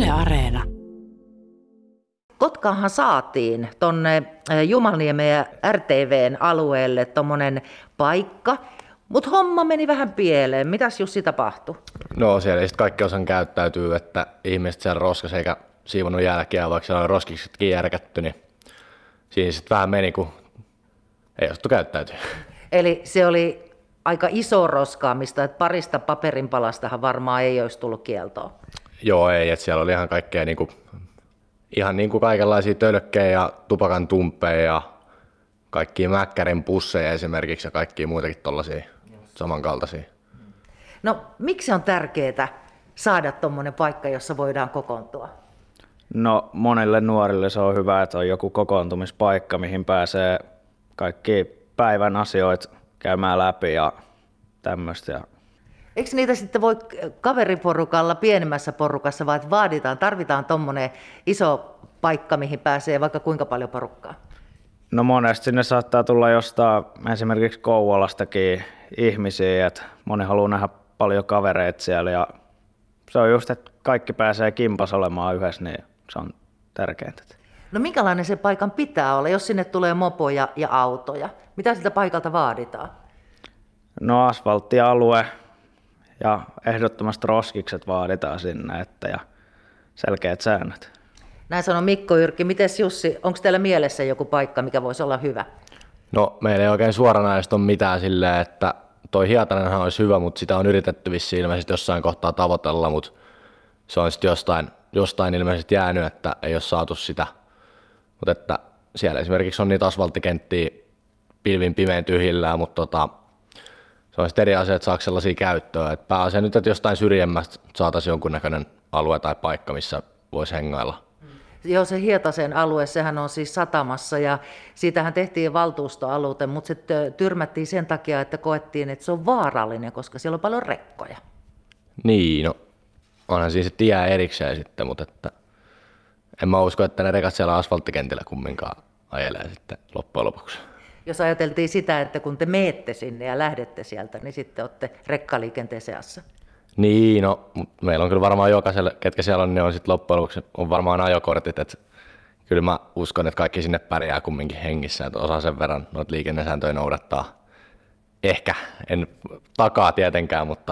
Yle Areena. Kotkaahan saatiin tonne Jumalniemen ja RTVn alueelle tommonen paikka, mutta homma meni vähän pieleen. Mitäs Jussi tapahtui? No siellä ei sitten kaikki osan käyttäytyy, että ihmiset siellä roskas eikä siivonnut jälkeä, vaikka siellä on roskiksetkin järkätty, niin siinä sitten vähän meni, kun ei osattu käyttäytyä. Eli se oli aika iso roskaamista, että parista paperinpalastahan varmaan ei olisi tullut kieltoa. Joo, ei, että siellä oli ihan kaikkea ihan kaikenlaisia tölkkejä ja tupakan tumpeja ja kaikkia mäkkärin pusseja esimerkiksi ja kaikkia muitakin tollaisia samankaltaisia. No miksi on tärkeää saada tommonen paikka, jossa voidaan kokoontua? No monille nuorille se on hyvä, että on joku kokoontumispaikka, mihin pääsee kaikki päivän asioita käymään läpi ja tämmöistä. Eikö niitä sitten voi kaveriporukalla, pienemmässä porukassa, vaan tarvitaan tommonen iso paikka, mihin pääsee vaikka kuinka paljon porukkaa? No monesti sinne saattaa tulla jostain esimerkiksi Kouvolastakin ihmisiä, että moni haluaa nähdä paljon kavereita siellä ja se on just, että kaikki pääsee kimpas olemaan yhdessä, niin se on tärkeintä. No minkälainen se paikan pitää olla, jos sinne tulee mopoja ja autoja? Mitä siltä paikalta vaaditaan? No asfalttialue ja ehdottomasti roskikset vaaditaan sinne ja selkeät säännöt. Näin sanoi Mikko Yrki. Mites Jussi, onko teillä mielessä joku paikka, mikä voisi olla hyvä? No meillä ei oikein suoranaisesti ole mitään silleen, että toi Hietanenhan olisi hyvä, mutta sitä on yritetty vissiin ilmeisesti jossain kohtaa tavoitella, mutta se on sitten jostain ilmeisesti jäänyt, että ei ole saatu sitä. Mutta että siellä esimerkiksi on niitä asfalttikenttiä pilvin pimeän tyhjillään, mutta se on sitten eri asia, että saako sellaisia käyttöön. Et pääasia nyt, että jostain syrjemmästä saataisiin jonkunnäköinen alue tai paikka, missä voisi hengailla. Joo, se Hietasen alue, sehän on siis satamassa ja siitähän tehtiin valtuustoalue, mutta se tyrmättiin sen takia, että koettiin, että se on vaarallinen, koska siellä on paljon rekkoja. Niin, no onhan siinä se tie erikseen sitten, mutta että en mä usko, että ne rekat siellä asfalttikentillä kumminkaan ajelee sitten loppujen lopuksi. Jos ajateltiin sitä, että kun te meette sinne ja lähdette sieltä, niin sitten olette rekkaliikenteen seassa. Niin, no, mutta meillä on kyllä varmaan jokaiselle, ketkä siellä on, niin on sitten loppujen lopuksi on varmaan ajokortit, että kyllä mä uskon, että kaikki sinne pärjää kumminkin hengissä, että osaa sen verran noita liikennesääntöjä noudattaa. Ehkä, en takaa tietenkään, mutta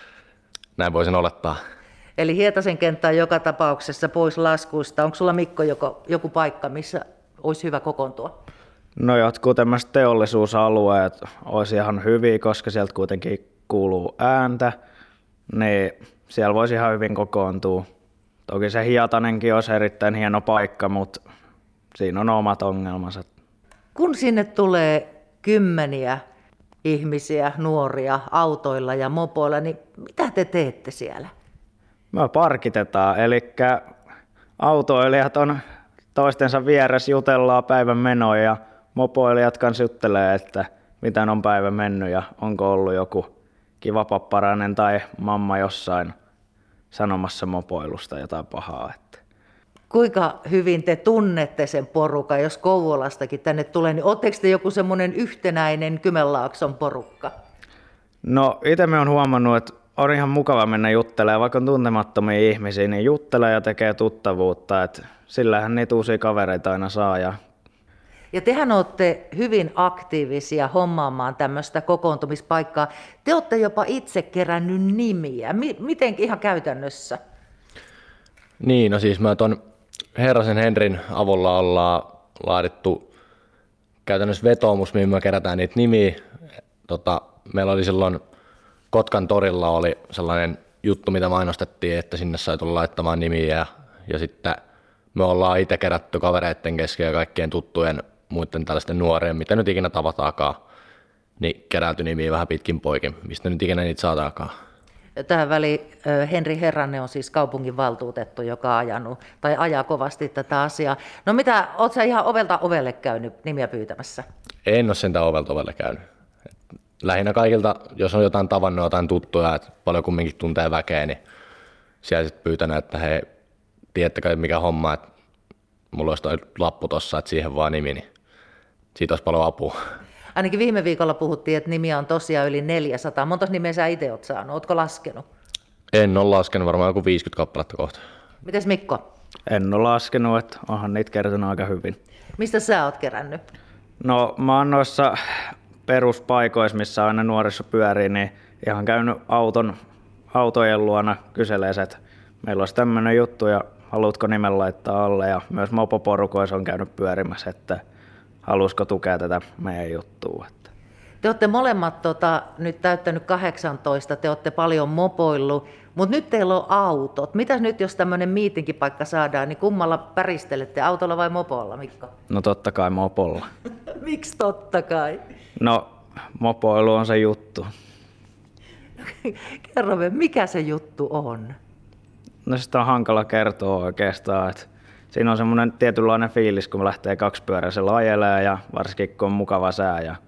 näin voisin olettaa. Eli Hietasen kenttä on joka tapauksessa pois laskuista. Onko sulla Mikko joku paikka, missä olisi hyvä kokoontua? No jotkut tämmöiset teollisuusalueet olisi ihan hyviä, koska sieltä kuitenkin kuuluu ääntä, niin siellä voisi ihan hyvin kokoontua. Toki se Hietanenkin olisi erittäin hieno paikka, mutta siinä on omat ongelmansa. Kun sinne tulee kymmeniä ihmisiä, nuoria, autoilla ja mopoilla, niin mitä te teette siellä? Me parkitetaan, eli autoilijat on toistensa vieressä, jutellaan päivän menoja ja mopoilijat kanssa juttelee, että miten on päivä mennyt ja onko ollut joku kiva papparainen tai mamma jossain sanomassa mopoilusta jotain pahaa. Kuinka hyvin te tunnette sen porukan, jos Kouvolastakin tänne tulee, niin oletteko te joku semmoinen yhtenäinen Kymenlaakson porukka? No itse me on huomannut, että on ihan mukava mennä juttelemaan, vaikka on tuntemattomia ihmisiä, niin juttelee ja tekee tuttavuutta, että sillähän niitä uusia kavereita aina saa. Ja tehän olette hyvin aktiivisia hommaamaan tämmöistä kokoontumispaikkaa. Te olette jopa itse kerännyt nimiä. Miten ihan käytännössä? Niin, no siis mä ton Herrasen Henrin avulla ollaan laadittu käytännössä vetoomus, mihin me kerätään niitä nimiä. Meillä oli silloin Kotkan torilla oli sellainen juttu, mitä mainostettiin, että sinne sai tulla laittamaan nimiä ja sitten me ollaan itse kerätty kavereiden kesken ja kaikkien tuttujen muiden tällaisten nuorien, mitä nyt ikinä tavataakaan, niin keräilty nimiä vähän pitkin poikin, mistä nyt ikinä niitä saataakaan. Tähän väliin Henri Herranne on siis kaupunginvaltuutettu, joka ajaa kovasti tätä asiaa. No mitä, ootko sä ihan ovelta ovelle käynyt nimiä pyytämässä? En ole sentään ovelta ovelle käynyt. Lähinnä kaikilta, jos on jotain tavannut, jotain tuttuja, että paljon kumminkin tuntee väkeä, niin siellä sitten pyytänyt, että hei, tiedättekö mikä homma, että mulla olisi toi lappu tossa, että siihen vaan nimi, niin siitä olisi paljon apua. Ainakin viime viikolla puhuttiin, että nimiä on tosiaan yli 400. Montas nimeä sä itse oot saanut? Ootko laskenut? En ole laskenut, varmaan joku 50 kappaletta kohta. Mites Mikko? En ole laskenut, että onhan niitä kertonut aika hyvin. Mistä sä oot kerännyt? No mä oon noissa peruspaikoissa, missä aina nuorissa pyörii, niin ihan käynyt autojen luona kyselee, että meillä olisi tämmöinen juttu ja haluatko nimen laittaa alle. Ja myös mopoporukoissa on käynyt pyörimässä, että haluaisiko tukea tätä meidän juttua. Te olette molemmat nyt täyttänyt 18, te olette paljon mopoillut, mutta nyt teillä on autot. Mitäs nyt, jos tämmöinen miitinkipaikka saadaan, niin kummalla päristelette, autolla vai mopolla, Mikko? No totta kai mopolla. Miksi totta kai? No mopoilu on se juttu. Kerro me, mikä se juttu on? No sitä on hankala kertoa oikeastaan. Että siinä on semmoinen tietynlainen fiilis, kun lähtee kaksipyöräisellä ajelemaan ja varsinkin kun on mukava sää. Ja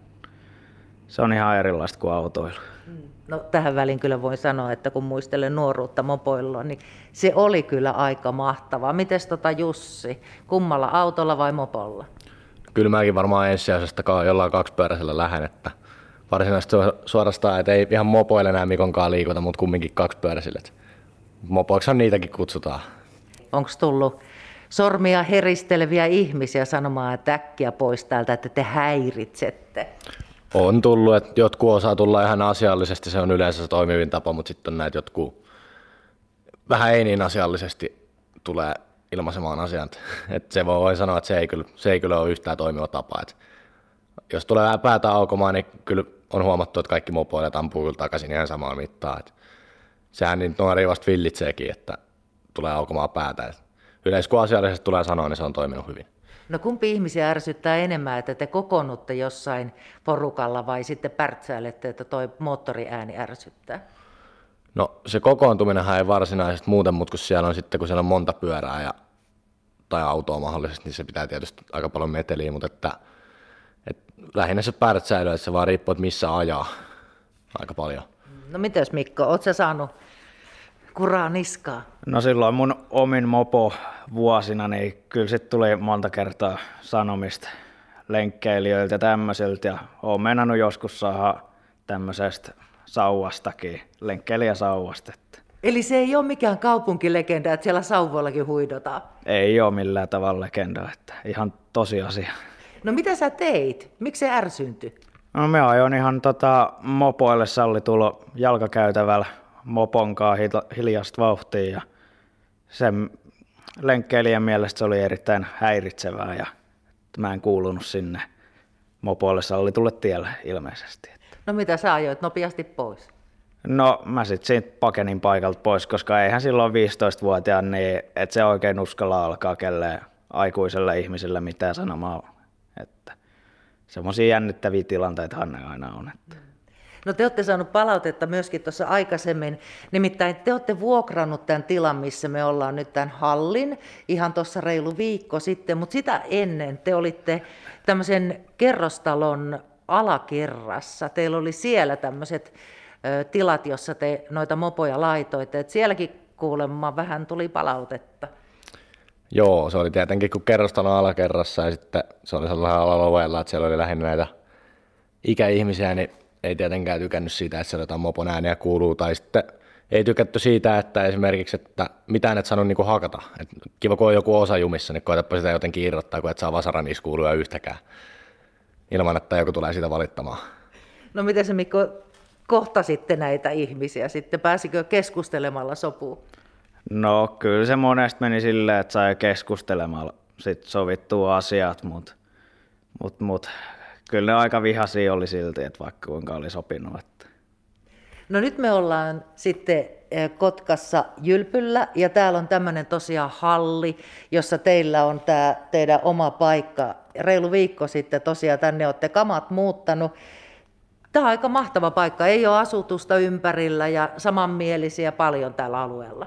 se on ihan erilaista kuin autoilu. No tähän väliin kyllä voin sanoa, että kun muistelen nuoruutta mopoilua, niin se oli kyllä aika mahtavaa. Mites Jussi, kummalla autolla vai mopolla? Kyllä mäkin varmaan ensisijaisesti jollain kaksipyöräisellä lähden, että varsinaisesti suorastaan, että ei ihan mopoille enää Mikonkaan liikuta, mutta kumminkin kaksipyöräisille. Mopoiksahan niitäkin kutsutaan. Onko tullut sormia heristeleviä ihmisiä sanomaan, että äkkiä pois täältä, että te häiritsette? On tullut, että jotkut osaa tulla ihan asiallisesti, se on yleensä se toimivin tapa, mutta sitten on näitä jotkut vähän ei niin asiallisesti tulee ilmaisemaan asian. Että se voi sanoa, että se ei kyllä ole yhtään toimiva tapa. Että jos tulee vähän päätä aukomaan, niin kyllä on huomattu, että kaikki mopoilijat ampuu kyllä takaisin ihan samaan mittaan. Että sehän niin nuoria vasta villitseekin, että tulee aukomaan päätä. Että yleensä kun asiallisesti tulee sanoa, niin se on toiminut hyvin. No kumpi ihmisiä ärsyttää enemmän, että te kokoonnutte jossain porukalla vai sitten pärtsäilette, että toi moottoriääni ärsyttää? No se kokoontuminenhan ei varsinaisesti muuten, mutta kun siellä on monta pyörää tai autoa mahdollisesti, niin se pitää tietysti aika paljon meteliä, mutta että lähinnä se pärtsäily, että se vaan riippuu, että missä ajaa aika paljon. No mitäs Mikko, oot sä saanut kuraa niskaa? No silloin mun omin mopo vuosina, niin kyllä sit tuli monta kertaa sanomista lenkkeilijöiltä ja tämmöisiltä. Ja oon meinannut joskus saada tämmöisestä sauvastakin, lenkkeilijäsauvasta. Eli se ei ole mikään kaupunkilegenda, että siellä sauvoillakin huidotaan? Ei ole millään tavalla legenda, että ihan tosiasia. No mitä sä teit? Miksi se ärsyntyi? No me ajoin ihan mopoille sallitulla jalkakäytävällä moponkaan hiljaista vauhtia ja sen lenkkeilijän mielestä se oli erittäin häiritsevää ja mä en kuulunut sinne mopoille sallitulle tielle ilmeisesti. No mitä sä ajoit nopeasti pois? No mä sit siitä pakenin paikalta pois, koska eihän silloin 15-vuotiaan niin, että se oikein uskalla alkaa kelleen aikuiselle ihmiselle mitään sanomaan. Että semmoisia jännittäviä tilanteita ne aina on. Että. No te olette saanut palautetta myöskin tuossa aikaisemmin, nimittäin te olette vuokrannut tämän tilan, missä me ollaan nyt tämän hallin, ihan tuossa reilu viikko sitten, mutta sitä ennen te olitte tämmöisen kerrostalon alakerrassa, teillä oli siellä tämmöiset tilat, jossa te noita mopoja laitoitte, että sielläkin kuulemma vähän tuli palautetta. Joo, se oli tietenkin kun kerrostalon alakerrassa ja sitten se oli sellainen alueella, että siellä oli lähinnä näitä ikäihmisiä, niin ei tietenkään tykännyt siitä, että siellä jotain mopon ääniä kuuluu, tai sitten ei tykätty siitä, että esimerkiksi, että mitään et sano niin hakata. Et kiva, kun on joku osa jumissa, niin koetapa sitä jotenkin irrottaa, kun et saa vasaran iskuuluja yhtäkään, ilman että joku tulee siitä valittamaan. No miten se Mikko kohtasitte näitä ihmisiä sitten, pääsikö keskustelemalla sopuun? No kyllä se monesti meni silleen, että sai keskustelemalla sit sovittua asiat, mutta kyllä ne aika vihaisia oli silti, että vaikka kuinka oli sopinut. Että. No nyt me ollaan sitten Kotkassa Jylpyllä ja täällä on tämmöinen tosiaan halli, jossa teillä on tämä teidän oma paikka. Reilu viikko sitten tosiaan tänne olette kamat muuttanut. Tämä on aika mahtava paikka, ei ole asutusta ympärillä ja samanmielisiä paljon tällä alueella.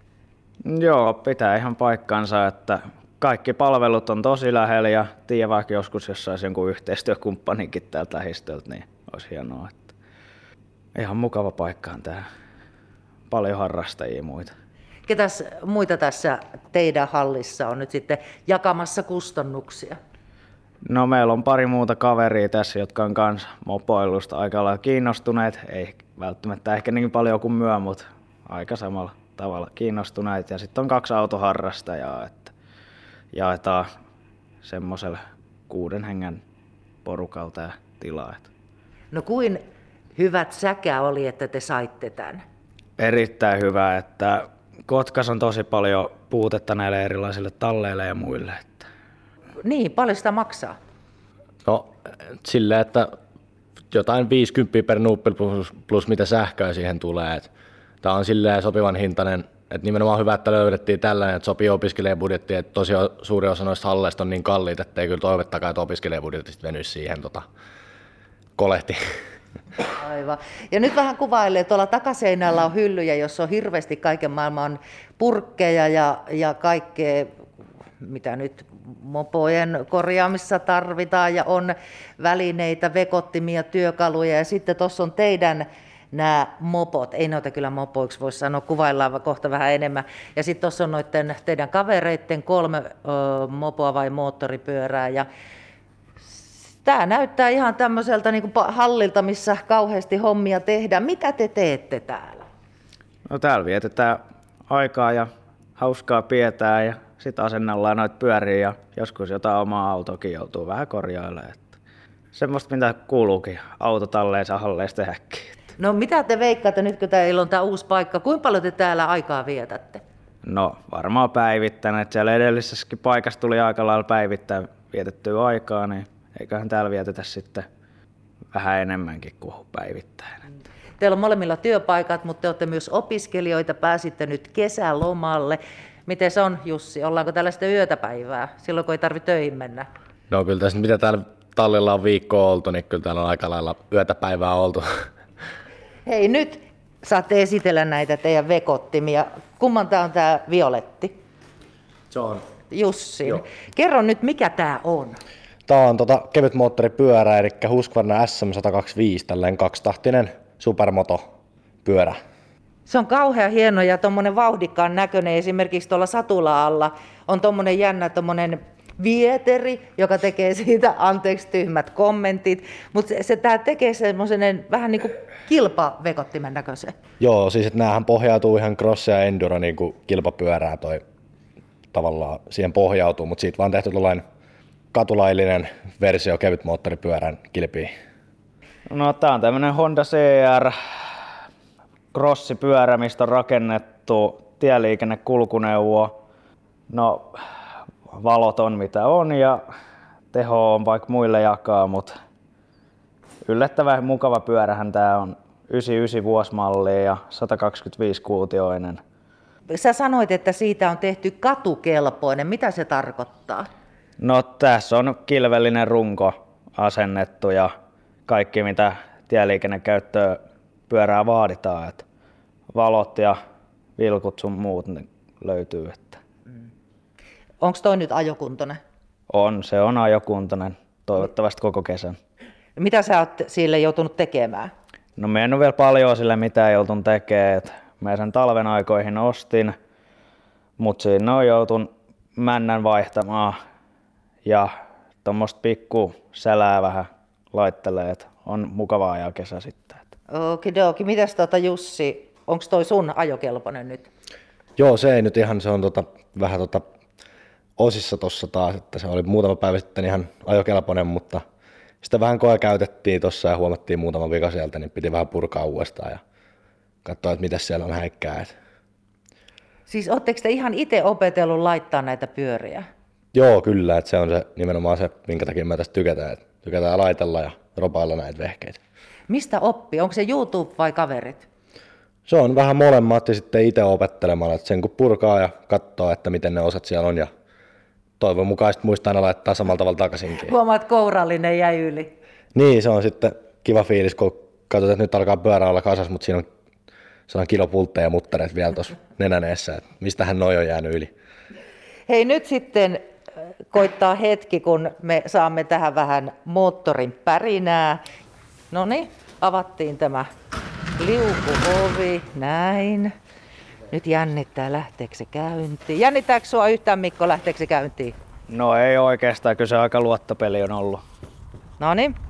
Joo, pitää ihan paikkansa, että kaikki palvelut on tosi lähellä ja tiedä vaikka joskus, jos saisi jonkun yhteistyökumppaninkin täältä lähistöltä, niin olisi hienoa. Että ihan mukava paikka on tämä. Paljon harrastajia muita. Ketäs muita tässä teidän hallissa on nyt sitten jakamassa kustannuksia? No meillä on pari muuta kaveria tässä, jotka on kanssa mopoilusta aika lailla kiinnostuneet. Ei välttämättä ehkä niin paljon kuin myö, mutta aika samalla tavalla kiinnostuneita. Ja sitten on 2 autoharrastajaa, että jaetaan semmoiselle 6 hengen porukalta ja tilaa. No kuin hyvät säkä oli, että te saitte tämän? Erittäin hyvä, että Kotkas on tosi paljon puutetta näille erilaisille talleille ja muille. Että. Niin, paljon sitä maksaa? No silleen, että jotain 50 per nuppel plus mitä sähköä siihen tulee. Tämä on silleen sopivan hintainen, että nimenomaan hyvä, että löydettiin tällainen, että sopii opiskelijabudjettiin, että tosiaan suuri osa noista halleista on niin kalliita, että ei kyllä toivettakaan, että opiskelijabudjetista venyisi siihen kolehtiin. Aivan. Ja nyt vähän kuvailee, tuolla takaseinällä on hyllyjä, jossa on hirveästi kaiken maailman purkkeja ja kaikkea, mitä nyt mopojen korjaamissa tarvitaan, ja on välineitä, vekottimia, työkaluja, ja sitten tuossa on teidän nämä mopot, ei noita kyllä mopoiksi voi sanoa, kuvaillaan kohta vähän enemmän, ja sitten tuossa on noiden teidän kavereiden 3 mopoa vai moottoripyörää, ja tämä näyttää ihan tämmöiseltä niin kuin hallilta, missä kauheasti hommia tehdään. Mitä te teette täällä? No täällä vietetään aikaa ja hauskaa pidetään ja sitten asennellaan noita pyöriä ja joskus jotain omaa autokin joutuu vähän korjailemaan. Että semmoista mitä kuuluukin autotalleissa halleissa tehdäkin. No mitä te veikkaatte nyt, kun teillä on tämä uusi paikka? Kuinka paljon te täällä aikaa vietätte? No varmaan päivittäin, että siellä edellisessäkin paikassa tuli aika lailla päivittäin vietettyä aikaa, niin eiköhän täällä vietetä sitten vähän enemmänkin kuin päivittäin. Teillä on molemmilla työpaikat, mutta te olette myös opiskelijoita, pääsitte nyt kesälomalle. Miten se on, Jussi? Ollaanko täällä sitten yötä päivää, silloin kun ei tarvitse töihin mennä? No kyllä tässä mitä täällä tallilla on viikkoa oltu, niin kyllä täällä on aika lailla yötä päivää oltu. Hei, nyt saatte esitellä näitä teidän vekottimia. Kumman tämä on tämä violetti? Se on. Jussin. Joo. Kerro nyt, mikä tämä on? Tämä on kevyt moottoripyörä, eli Husqvarna SM125, tällainen 2-tahtinen supermotopyörä. Se on kauhean hieno ja tuommoinen vauhdikkaan näköinen. Esimerkiksi tuolla satula-alla on tuommoinen jännä tuommoinen vieteri, joka tekee siitä, anteeksi tyhmät kommentit, mutta tämä tekee semmoisen vähän niin kuin kilpavekottimen näköisen. Joo, siis että näähän pohjautuu ihan cross- ja enduro niin kuin kilpapyörää toi tavallaan siihen pohjautuu, mutta siitä vaan tehty tuollainen katulaillinen versio kevyt moottoripyörän kilpiin. No tää on tämmönen Honda CR crossipyörä, mistä on rakennettu tieliikennekulkuneuvo. No valot on mitä on ja teho on vaikka muille jakaa, mutta yllättävän mukava pyörähän tää on. 99 vuosimalli ja 125-kuutioinen. Sä sanoit, että siitä on tehty katukelpoinen. Mitä se tarkoittaa? No tässä on kilvellinen runko asennettu ja kaikki mitä tieliikennekäyttöön pyörää vaaditaan. Että valot ja vilkut sun muut niin löytyy. Että. Onko toi nyt ajokuntoinen? Se on ajokuntoinen toivottavasti koko kesän. Mitä sä oot sille joutunut tekemään? No me en ole vielä paljon sille mitään joutunut tekemään. Mä sen talven aikoihin ostin, mutta siinä on joutunut männän vaihtamaan ja tuommoista pikku sälää vähän laittelee, että on mukavaa ajaa kesä sitten. Okidoki. Mitäs Jussi, onko toi sun ajokelpoinen nyt? Joo, se ei nyt ihan, se on vähän osissa tossa taas, että se oli muutama päivä sitten ihan ajokelpoinen, mutta sitä vähän käytettiin tuossa ja huomattiin muutama vika sieltä, niin piti vähän purkaa uudestaan ja katsoa, että mitä siellä on häikkää. Siis ootteko te ihan itse opetellut laittaa näitä pyöriä? Joo, kyllä, että se on se nimenomaan se, minkä takia me tästä tykätään. Että tykätään laitella ja ropailla näitä vehkeitä. Mistä oppii? Onko se YouTube vai kaverit? Se on vähän molemmat ja sitten itse opettelemalla, että sen kun purkaa ja katsoo, että miten ne osat siellä on ja toivon mukaan muistaa aina laittaa samalla tavalla takaisinkin. Huomaat, kourallinen jäi yli. Niin, se on sitten kiva fiilis, kun katsotaan, että nyt alkaa pyörä olla kasas, mutta siinä on kilo pultteja ja muttareet vielä tuossa nenäneessä, että mistähän noi on jäänyt yli. Hei, nyt sitten koittaa hetki, kun me saamme tähän vähän moottorin pärinää. No niin, avattiin tämä liukuovi, näin. Nyt jännittää, lähteekö se käyntiin. Jännittääkö sua yhtään, Mikko, lähteekö se käyntiin? No ei oikeastaan, kyllä se aika luottopeli on ollut. No niin.